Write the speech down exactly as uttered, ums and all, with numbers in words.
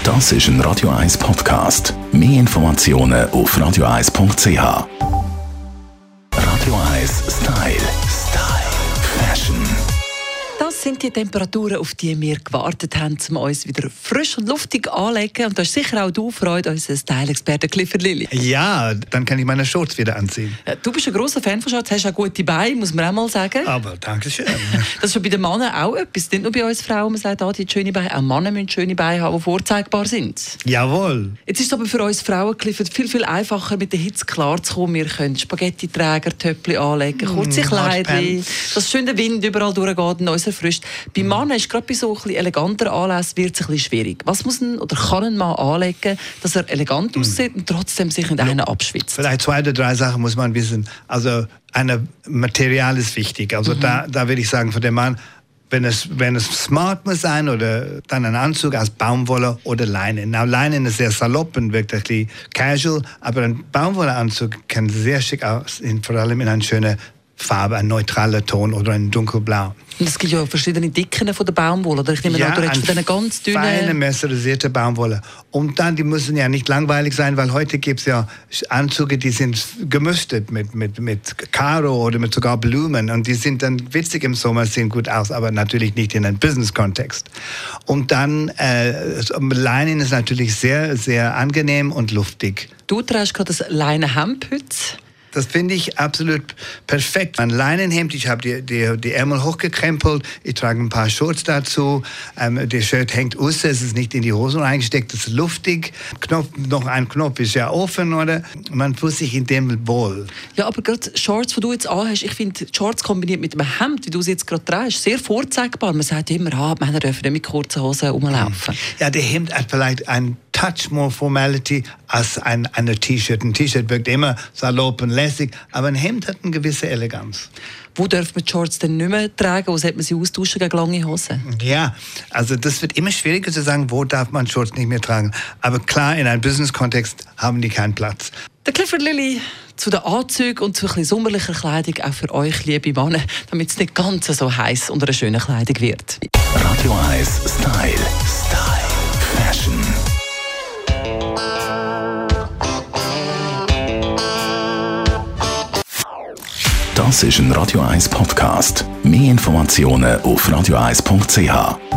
Das ist ein Radio eins Podcast. Mehr Informationen auf radio eins punkt c h. Radio eins Style. Style. Fashion. Das sind die Temperaturen, auf die wir gewartet haben, um uns wieder frisch und luftig anzulegen. Und da ist sicher auch du Freude, unser Style-Experte Clifford Lilly. Ja, dann kann ich meine Shorts wieder anziehen. Du bist ein grosser Fan von Shorts, hast auch gute Beine, muss man auch mal sagen. Aber danke schön. Das ist schon bei den Männern auch etwas. Nicht nur bei uns Frauen, man sagt, ah, die haben schöne Beine. Auch Männer müssen schöne Beine haben, die vorzeigbar sind. Jawohl. Jetzt ist es aber für uns Frauen, Clifford, viel, viel einfacher, mit der Hitze klarzukommen. Wir können Spaghetti-Träger, Töppli anlegen, kurze Kleider, dass schön der Wind überall durchgeht und uns erfrischt. Bei Männern ist gerade bei so ein bisschen eleganter Anlässen wird es ein bisschen schwierig. Was muss ein oder kann ein Mann anlegen, dass er elegant aussieht und trotzdem sich nicht einen abschwitzt? Vielleicht zwei oder drei Sachen muss man wissen. Also, ein Material ist wichtig. Also, mhm. da, da würde ich sagen, für den Mann, wenn es, wenn es smart muss sein, oder dann ein Anzug aus Baumwolle oder Leinen. Now, Leinen ist sehr salopp und wirklich casual, aber ein Baumwolleanzug kann sehr schick aussehen, vor allem in einer schönen Farbe, ein neutraler Ton oder ein dunkelblau. Und es gibt ja verschiedene Dicken von der Baumwolle. Oder ich nehme ja, an, du redest von diesen ganz dünnen... feine, messerisierte Baumwolle. Und dann, die müssen ja nicht langweilig sein, weil heute gibt es ja Anzüge, die sind gemüstet mit, mit, mit Karo oder mit sogar Blumen. Und die sind dann witzig im Sommer, sehen gut aus, aber natürlich nicht in einem Business-Kontext. Und dann, äh, Leinen ist natürlich sehr, sehr angenehm und luftig. Du trägst gerade das Leinenhemd heute. Das finde ich absolut perfekt. Ein Leinenhemd, ich habe die, die, die Ärmel hochgekrempelt, ich trage ein paar Shorts dazu. Ähm, der Shirt hängt aus, es ist nicht in die Hosen reingesteckt, es ist luftig. Knopf, noch ein Knopf ist ja offen, oder? Man fühlt sich in dem wohl. Ja, aber gerade Shorts, die du jetzt anhast, ich finde Shorts kombiniert mit einem Hemd, wie du sie jetzt gerade trägst, sehr vorzeigbar. Man sagt immer, ah, Männer dürfen nicht mit kurzen Hosen rumlaufen. Ja, der Hemd hat vielleicht ein Touch more Formality als ein, eine T-Shirt. Ein T-Shirt wirkt immer salopp und lässig, aber ein Hemd hat eine gewisse Eleganz. Wo darf man die Shorts denn nicht mehr tragen? Wo sollte man sie austauschen gegen lange Hosen? Ja, also das wird immer schwieriger zu sagen, wo darf man Shorts nicht mehr tragen. Aber klar, in einem Business-Kontext haben die keinen Platz. Der Clifford Lilly zu den Anzügen und zu ein bisschen sommerlicher Kleidung auch für euch, liebe Männer, damit es nicht ganz so heiß unter einer schönen Kleidung wird. Radio eins Style. Style. Fashion. Das ist ein Radio eins Podcast. Mehr Informationen auf radio eins punkt c h.